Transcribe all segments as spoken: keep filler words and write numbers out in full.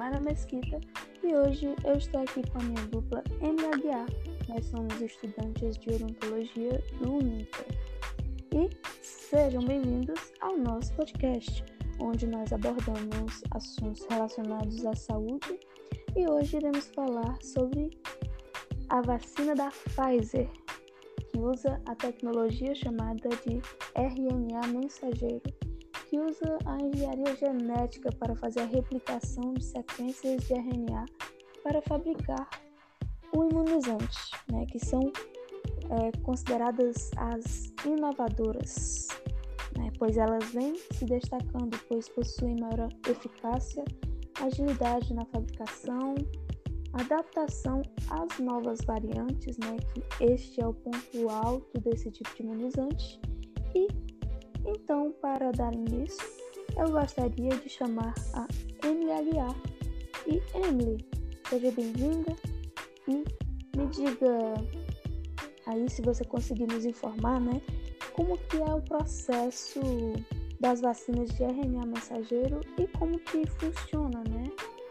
Samara Mesquita e hoje eu estou aqui com a minha dupla Emily Aguiar. Nós somos estudantes de odontologia do Uninter. E sejam bem-vindos ao nosso podcast, onde nós abordamos assuntos relacionados à saúde e hoje iremos falar sobre a vacina da Pfizer, que usa a tecnologia chamada de R N A mensageiro, que usa a engenharia genética para fazer a replicação de sequências de R N A para fabricar o imunizante, né, que são é, consideradas as inovadoras, né, pois elas vêm se destacando, pois possuem maior eficácia, agilidade na fabricação, adaptação às novas variantes, né, que este é o ponto alto desse tipo de imunizante. E então, para dar início, eu gostaria de chamar a Emily Aguiar. E Emily, seja bem-vinda e me diga aí, se você conseguir nos informar, né, como que é o processo das vacinas de R N A mensageiro e como que funciona, né?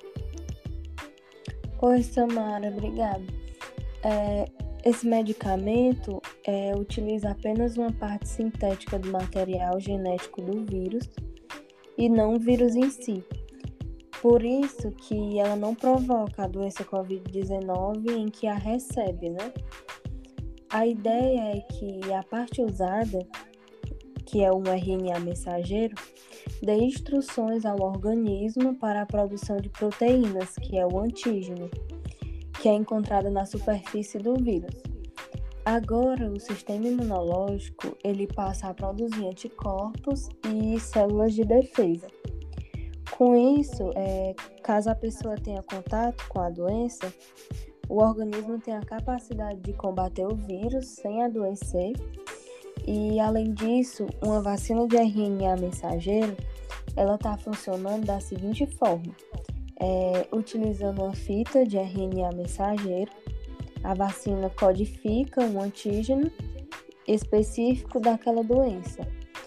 Oi, Samara, obrigada. É, esse medicamento é, utiliza apenas uma parte sintética do material genético do vírus e não o vírus em si. Por isso que ela não provoca a doença covid dezenove em que a recebe, né? A ideia é que a parte usada, que é um R N A mensageiro, dê instruções ao organismo para a produção de proteínas, que é o antígeno, que é encontrado na superfície do vírus. Agora, o sistema imunológico ele passa a produzir anticorpos e células de defesa. Com isso, é, caso a pessoa tenha contato com a doença, o organismo tem a capacidade de combater o vírus sem adoecer. E, além disso, uma vacina de R N A mensageiro, ela está funcionando da seguinte forma. É, utilizando uma fita de R N A mensageiro, a vacina codifica um antígeno específico daquela doença.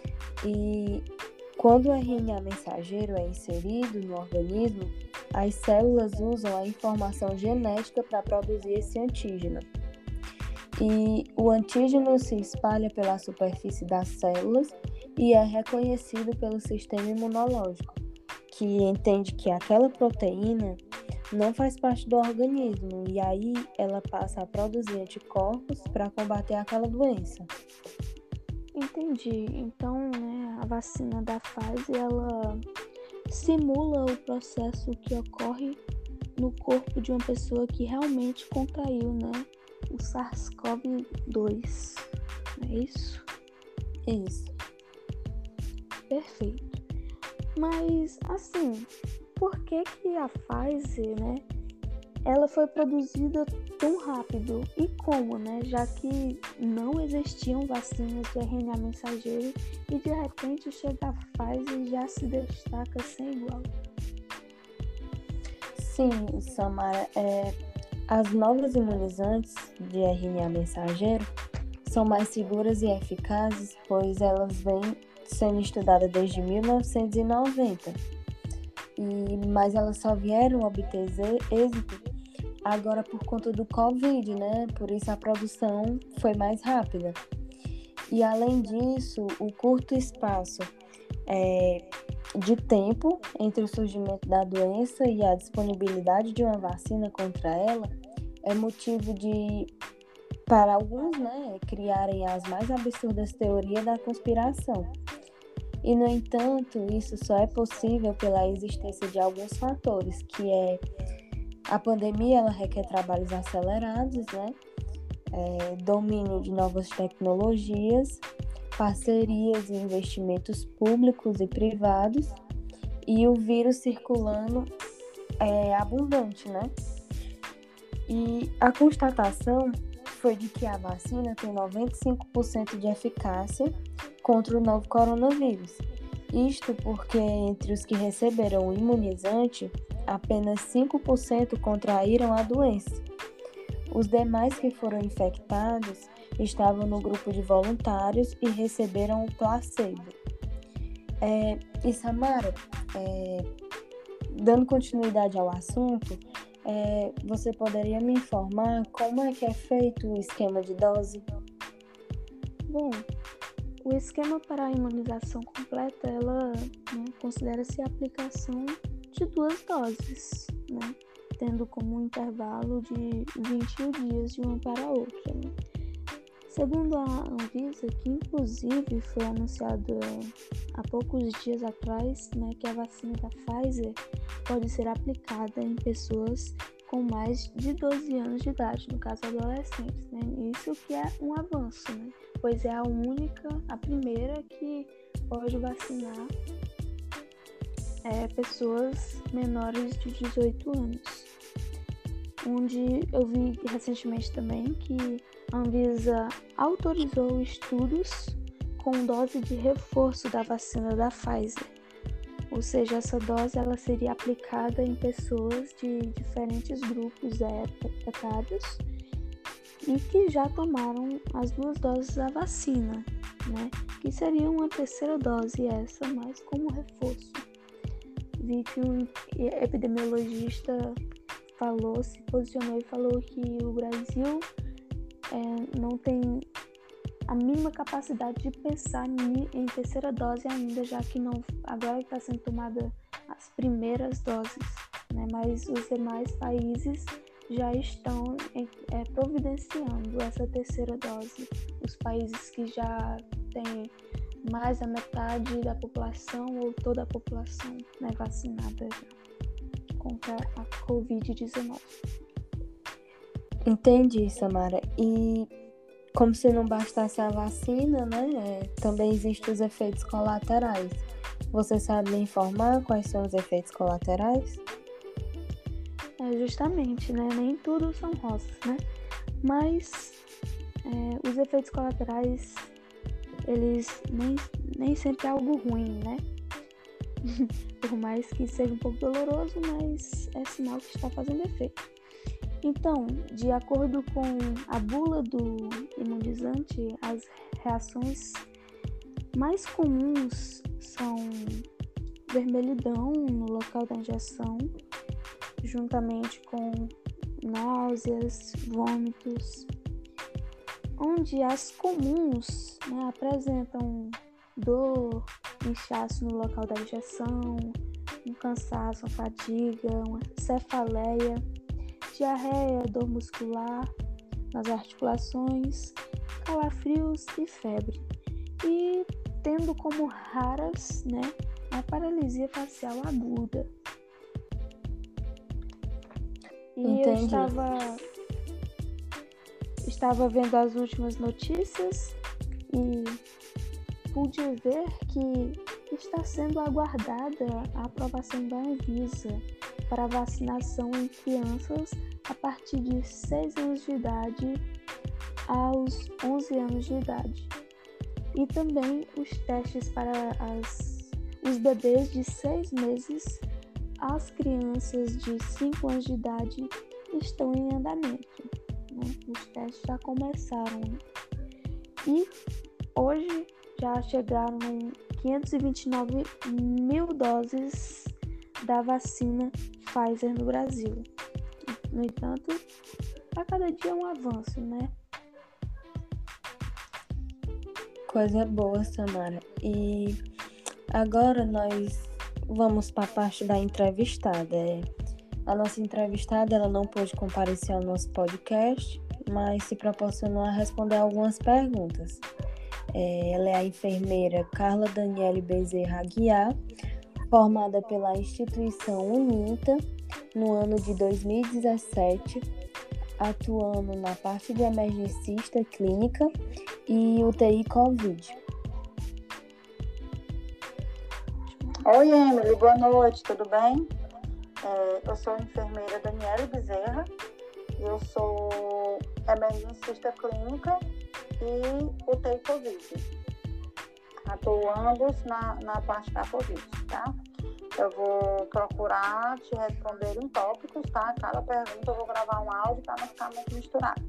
E quando o R N A mensageiro é inserido no organismo, as células usam a informação genética para produzir esse antígeno. E o antígeno se espalha pela superfície das células e é reconhecido pelo sistema imunológico, que entende que aquela proteína não faz parte do organismo e aí ela passa a produzir anticorpos para combater aquela doença. Entendi. Então, né, a vacina da Pfizer, ela simula o processo que ocorre no corpo de uma pessoa que realmente contraiu, né, o SARS-CoV dois. Não é isso? Isso. Perfeito. Mas, assim, por que que a Pfizer, né, ela foi produzida tão rápido? E como, né, já que não existiam vacinas de R N A mensageiro e de repente chega a Pfizer e já se destaca sem igual? Sim, Samara, é, as novas imunizantes de R N A mensageiro são mais seguras e eficazes, pois elas vêm sendo estudadas desde mil novecentos e noventa, e, mas elas só vieram obter êxito agora por conta do Covid, né? Por isso a produção foi mais rápida. E além disso, o curto espaço é, de tempo entre o surgimento da doença e a disponibilidade de uma vacina contra ela é motivo de, para alguns, né, criarem as mais absurdas teorias da conspiração. E, no entanto, isso só é possível pela existência de alguns fatores, que é a pandemia, ela requer trabalhos acelerados, né? É, domínio de novas tecnologias, parcerias e investimentos públicos e privados, e o vírus circulando é abundante, né? E a constatação foi de que a vacina tem noventa e cinco por cento de eficácia contra o novo coronavírus. Isto porque entre os que receberam o imunizante, apenas cinco por cento contraíram a doença. Os demais que foram infectados estavam no grupo de voluntários e receberam o placebo. É, e Samara, é, dando continuidade ao assunto, é, você poderia me informar como é que é feito o esquema de dose? Bom, o esquema para a imunização completa, ela, né, considera-se a aplicação de duas doses, né, tendo como um intervalo de vinte e um dias de uma para a outra. Né. Segundo a Anvisa, que inclusive foi anunciado há poucos dias atrás, né, que a vacina da Pfizer pode ser aplicada em pessoas com mais de doze anos de idade, no caso adolescentes, né? Isso que é um avanço, né? Pois é a única, a primeira que pode vacinar é, pessoas menores de dezoito anos. Onde eu vi recentemente também que a Anvisa autorizou estudos com dose de reforço da vacina da Pfizer. Ou seja, essa dose ela seria aplicada em pessoas de diferentes grupos etários e que já tomaram as duas doses da vacina, né? Que seria uma terceira dose essa, mas como reforço. Vi que um epidemiologista falou, se posicionou e falou que o Brasil é, não tem a mínima capacidade de pensar em terceira dose ainda, já que não, agora está sendo tomada as primeiras doses, né? Mas os demais países já estão é, providenciando essa terceira dose. Os países que já têm mais da metade da população ou toda a população, né, vacinada já contra a covid dezenove. Entendi, Samara. E como se não bastasse a vacina, né, é, também existem os efeitos colaterais. Você sabe me informar quais são os efeitos colaterais? É, justamente, né? Nem tudo são rosas, né? Mas é, os efeitos colaterais, eles nem, nem sempre é algo ruim, né? Por mais que seja um pouco doloroso, mas é sinal que está fazendo efeito. Então, de acordo com a bula do imunizante, as reações mais comuns são vermelhidão no local da injeção, juntamente com náuseas, vômitos, onde as comuns, né, apresentam dor, inchaço no local da injeção, um cansaço, uma fadiga, uma cefaleia, diarreia, dor muscular nas articulações, calafrios e febre. E tendo como raras, né, a paralisia facial aguda. E Entendi. eu estava, estava vendo as últimas notícias e pude ver que está sendo aguardada a aprovação da Anvisa para vacinação em crianças a partir de seis anos de idade aos onze anos de idade. E também os testes para as, os bebês de seis meses às crianças de cinco anos de idade estão em andamento, né? Os testes já começaram, né? E hoje já chegaram quinhentos e vinte e nove mil doses da vacina Pfizer no Brasil. No entanto, a cada dia é um avanço, né? Coisa boa, Samara. E agora nós vamos para a parte da entrevistada. A nossa entrevistada ela não pôde comparecer ao nosso podcast, mas se proporcionou a responder algumas perguntas. É, ela é a enfermeira Carla Daniele Bezerra Aguiar, formada pela instituição Uninta no ano de dois mil e dezessete, atuando na parte de emergencista clínica e U T I Covid. Oi, Emily, boa noite, tudo bem? É, eu sou a enfermeira Daniele Bezerra, eu sou emergencista clínica e U T I Covid. Atuo ambos na, na parte da Covid, tá? Eu vou procurar te responder em tópicos, tá? Cada pergunta eu vou gravar um áudio para não ficar muito misturado.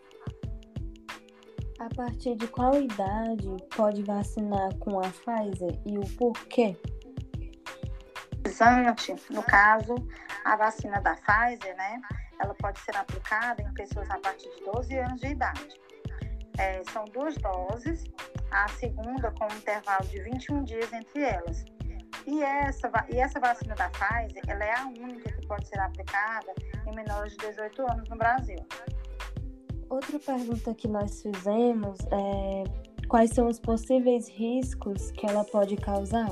A partir de qual idade pode vacinar com a Pfizer e o porquê? imunizante, no caso, a vacina da Pfizer, né? Ela pode ser aplicada em pessoas a partir de doze anos de idade. É, são duas doses, a segunda com um intervalo de vinte e um dias entre elas. E essa, e essa vacina da Pfizer, ela é a única que pode ser aplicada em menores de dezoito anos no Brasil. Outra pergunta que nós fizemos é quais são os possíveis riscos que ela pode causar?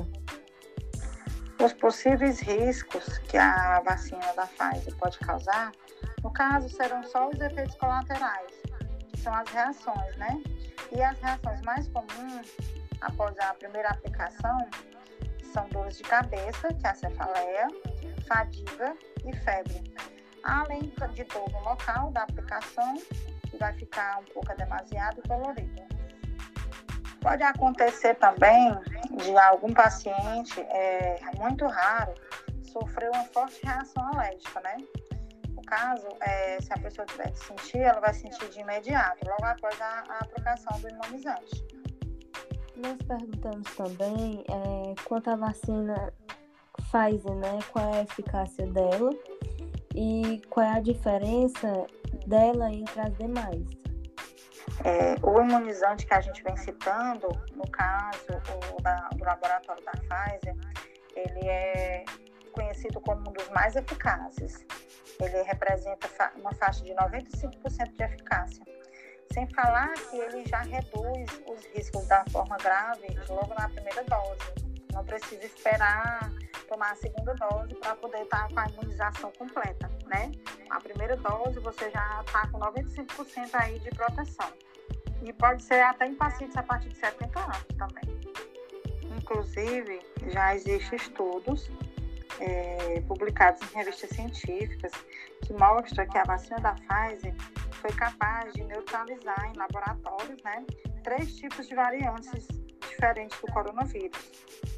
Os possíveis riscos que a vacina da Pfizer pode causar, no caso, serão só os efeitos colaterais, que são as reações, né? E as reações mais comuns após a primeira aplicação são dores de cabeça, que é a cefaleia, fadiga e febre. Além de dor no local da aplicação, que vai ficar um pouco demasiado dolorido. Pode acontecer também de algum paciente, é muito raro, sofrer uma forte reação alérgica, né? No caso, é, se a pessoa tiver de sentir, ela vai sentir de imediato, logo após a, a aplicação do imunizante. Nós perguntamos também é, quanto à vacina Pfizer, né? Qual é a eficácia dela e qual é a diferença dela entre as demais. É, o imunizante que a gente vem citando, no caso o da, do laboratório da Pfizer, ele é conhecido como um dos mais eficazes. Ele representa fa- uma faixa de noventa e cinco por cento de eficácia. Sem falar que ele já reduz os riscos da forma grave logo na primeira dose. Não precisa esperar tomar a segunda dose para poder estar com a imunização completa, né? A primeira dose você já está com noventa e cinco por cento aí de proteção. E pode ser até em pacientes a partir de setenta anos também. Inclusive, já existem estudos é, publicados em revistas científicas que mostram que a vacina da Pfizer foi capaz de neutralizar em laboratórios, né, três tipos de variantes diferentes do coronavírus.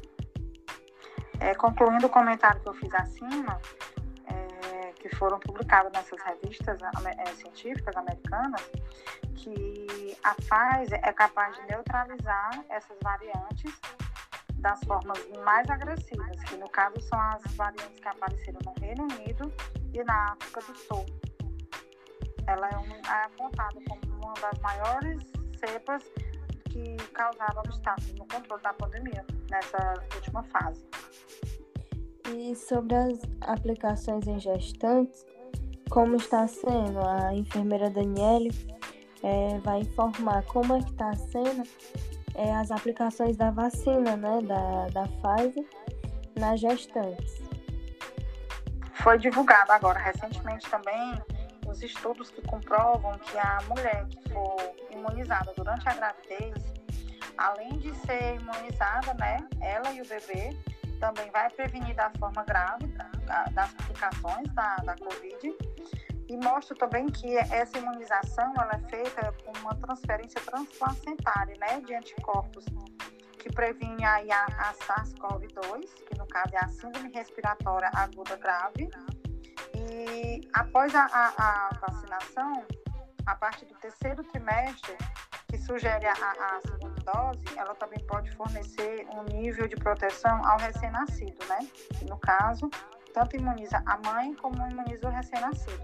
É, concluindo o comentário que eu fiz acima, é, que foram publicados nessas revistas é, científicas americanas, que a Pfizer é capaz de neutralizar essas variantes das formas mais agressivas, que no caso são as variantes que apareceram no Reino Unido e na África do Sul. Ela é, um, é apontada como uma das maiores cepas que causaram obstáculos no controle da pandemia nessa última fase. E sobre as aplicações em gestantes, como está sendo? A enfermeira Daniele é, vai informar como é que está sendo é, as aplicações da vacina, né, da, da Pfizer nas gestantes. Foi divulgado agora recentemente também os estudos que comprovam que a mulher que for imunizada durante a gravidez, além de ser imunizada, né, ela e o bebê, também vai prevenir da forma grave da, das complicações da, da Covid. E mostra também que essa imunização ela é feita com uma transferência transplacentária, né, de anticorpos que previne aí a, a SARS-CoV dois, que no caso é a síndrome respiratória aguda grave. E após a, a, a vacinação, a partir do terceiro trimestre, que sugere a, a segunda dose, ela também pode fornecer um nível de proteção ao recém-nascido, né? Que, no caso, tanto imuniza a mãe como imuniza o recém-nascido.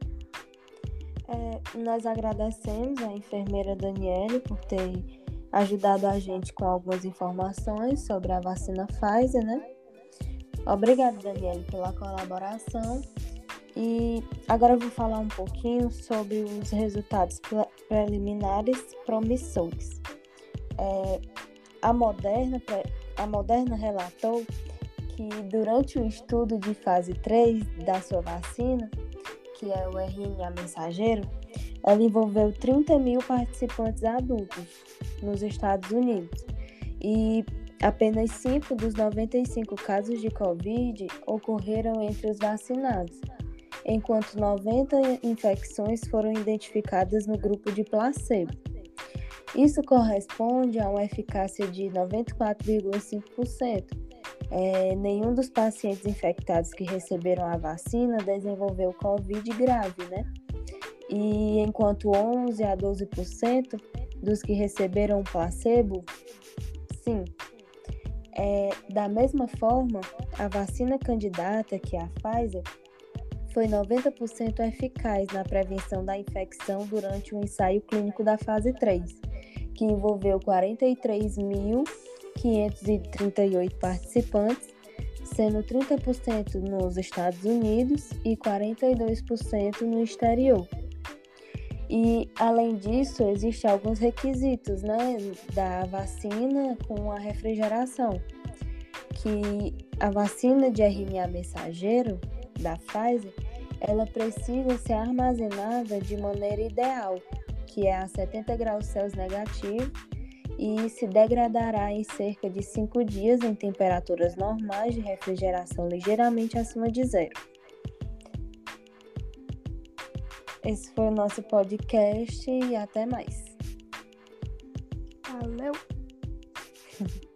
É, nós agradecemos a enfermeira Daniele por ter ajudado a gente com algumas informações sobre a vacina Pfizer, né? Obrigada, Daniele, pela colaboração. E agora eu vou falar um pouquinho sobre os resultados preliminares promissores. É, a, Moderna, a Moderna relatou que durante o estudo de fase três da sua vacina, que é o R N A mensageiro, ela envolveu trinta mil participantes adultos nos Estados Unidos e apenas cinco dos noventa e cinco casos de Covid ocorreram entre os vacinados, enquanto noventa infecções foram identificadas no grupo de placebo. Isso corresponde a uma eficácia de noventa e quatro vírgula cinco por cento. É, nenhum dos pacientes infectados que receberam a vacina desenvolveu Covid grave, né? E enquanto onze a doze por cento dos que receberam o placebo, sim. É, da mesma forma, a vacina candidata, que é a Pfizer, foi noventa por cento eficaz na prevenção da infecção durante o ensaio clínico da fase três, que envolveu quarenta e três mil quinhentos e trinta e oito participantes, sendo trinta por cento nos Estados Unidos e quarenta e dois por cento no exterior. E, além disso, existem alguns requisitos, né, da vacina com a refrigeração, que a vacina de R N A mensageiro da Pfizer, ela precisa ser armazenada de maneira ideal, que é a setenta graus Celsius negativo, e se degradará em cerca de cinco dias em temperaturas normais de refrigeração ligeiramente acima de zero. Esse foi o nosso podcast e até mais. Valeu!